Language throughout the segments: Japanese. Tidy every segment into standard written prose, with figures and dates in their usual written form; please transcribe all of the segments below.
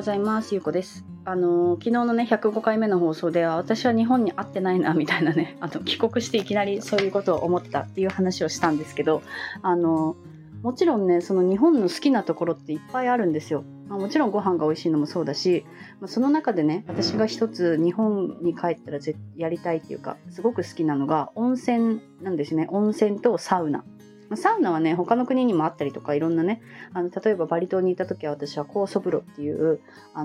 ございます。ゆうこです。昨日のね105回目の放送では私は日本に会ってないなみたいなね帰国していきなりそういうことを思ったっていう話をしたんですけど、もちろんねその日本の好きなところっていっぱいあるんですよ。もちろんご飯が美味しいのもそうだし、その中でね私が一つ日本に帰ったらやりたいっていうかすごく好きなのが温泉なんですね。温泉とサウナ。サウナはね他の国にもあったりとかいろんなね例えばバリ島にいた時は私は酵素風呂っていう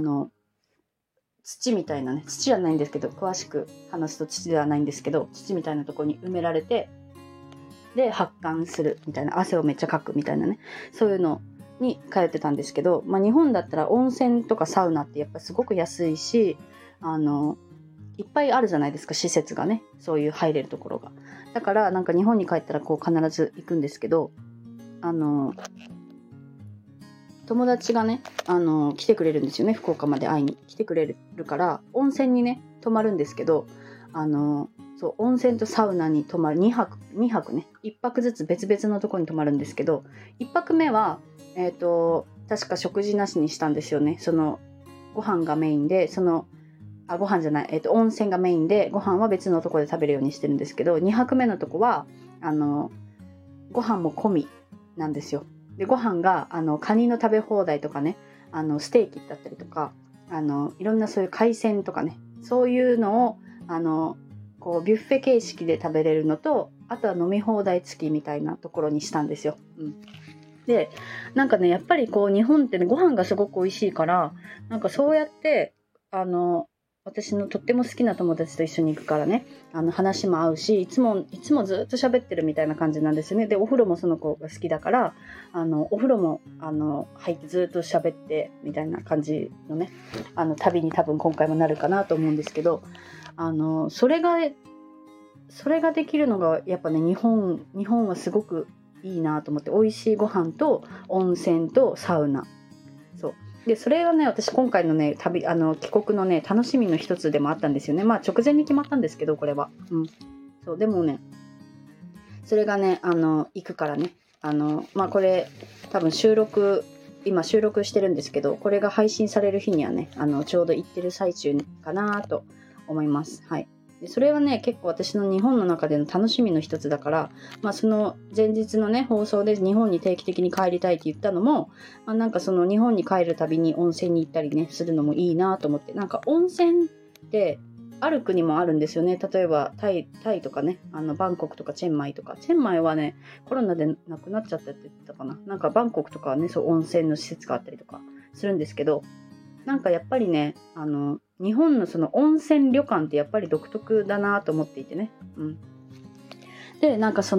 土みたいなね、土じゃないんですけど詳しく話すと土ではないんですけど土みたいなところに埋められてで発汗するみたいな、汗をめっちゃかくみたいなね、そういうのに通ってたんですけど、日本だったら温泉とかサウナってやっぱすごく安いしいっぱいあるじゃないですか、施設がね、そういう入れるところが。だからなんか日本に帰ったら必ず行くんですけど、友達がね来てくれるんですよね。福岡まで会いに来てくれるから温泉にね泊まるんですけど、そう温泉とサウナに泊まる2泊ね、1泊ずつ別々のところに泊まるんですけど、1泊目は確か食事なしにしたんですよね。そのご飯がメインでご飯じゃない、温泉がメインでご飯は別のところで食べるようにしてるんですけど、2泊目のとこはご飯も込みなんですよ。でご飯がカニの食べ放題とかね、ステーキだったりとかいろんなそういう海鮮とかね、そういうのをビュッフェ形式で食べれるのと、あとは飲み放題付きみたいなところにしたんですよ。でなんかねやっぱり日本ってねご飯がすごく美味しいから、なんかそうやって私のとっても好きな友達と一緒に行くからね話も合うし、いつもずっと喋ってるみたいな感じなんですよね。でお風呂もその子が好きだからお風呂も入ってずっと喋ってみたいな感じのね旅に多分今回もなるかなと思うんですけど、それができるのがやっぱね日本はすごくいいなと思って、美味しいご飯と温泉とサウナ、それがね私今回のね帰国のね楽しみの一つでもあったんですよね。直前に決まったんですけどこれは、そうでもねそれがね行くからねこれ多分今収録してるんですけど、これが配信される日にはねちょうど行ってる最中かなと思います。はい。でそれはね結構私の日本の中での楽しみの一つだから、その前日のね放送で日本に定期的に帰りたいって言ったのも、なんかその日本に帰るたびに温泉に行ったりねするのもいいなと思って、なんか温泉ってある国もあるんですよね。例えばタイとかねバンコクとかチェンマイとか、チェンマイはねコロナでなくなっちゃったって言ってたかな。なんかバンコクとかはねそう温泉の施設があったりとかするんですけど、なんかやっぱりね日本のその温泉旅館ってやっぱり独特だなと思っていてね、でなんか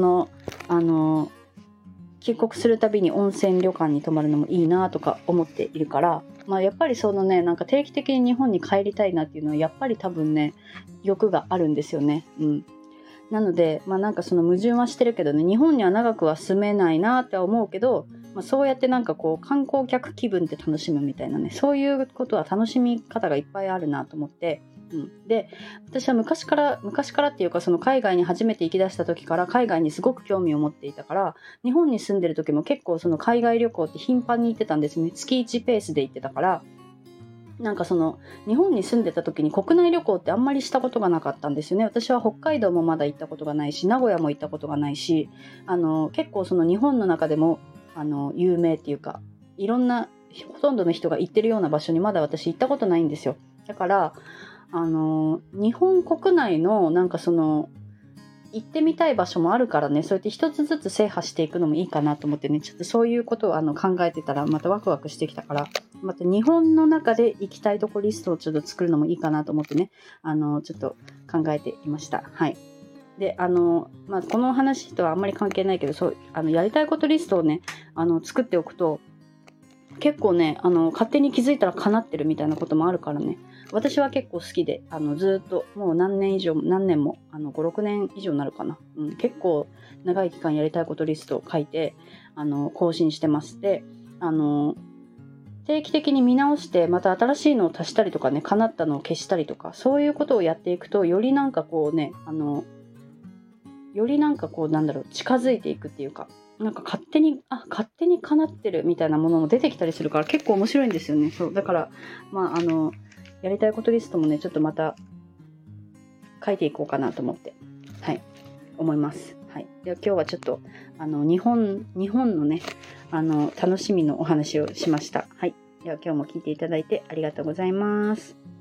帰国するたびに温泉旅館に泊まるのもいいなとか思っているから、やっぱりなんか定期的に日本に帰りたいなっていうのはやっぱり多分ね欲があるんですよね。なのでなんかその矛盾はしてるけどね、日本には長くは住めないなって思うけど、そうやってなんか観光客気分って楽しむみたいなね、そういうことは楽しみ方がいっぱいあるなと思って、で私は昔からっていうかその海外に初めて行き出した時から海外にすごく興味を持っていたから、日本に住んでる時も結構その海外旅行って頻繁に行ってたんですね。月1ペースで行ってたから、なんか日本に住んでた時に国内旅行ってあんまりしたことがなかったんですよね。私は北海道もまだ行ったことがないし、名古屋も行ったことがないし、結構その日本の中でも有名っていうかいろんなほとんどの人が行ってるような場所にまだ私行ったことないんですよ。だから日本国内のなんか行ってみたい場所もあるからね、そうやって一つずつ制覇していくのもいいかなと思ってね、ちょっとそういうことを考えてたらまたワクワクしてきたから、また日本の中で行きたいとこリストをちょっと作るのもいいかなと思ってねちょっと考えていました。はい。でこの話とはあんまり関係ないけど、そうやりたいことリストをね作っておくと結構ね勝手に気づいたら叶ってるみたいなこともあるからね、私は結構好きでずっともう何年も5、6年以上になるかな、結構長い期間やりたいことリストを書いて更新してます。で定期的に見直してまた新しいのを足したりとかね、叶ったのを消したりとか、そういうことをやっていくとよりなんか近づいていくっていうか、 なんか勝手に叶ってるみたいなものも出てきたりするから結構面白いんですよね。そうだからやりたいことリストもねちょっとまた書いていこうかなと思って思います。では今日はちょっと日本のね楽しみのお話をしました。では今日も聞いていただいてありがとうございます。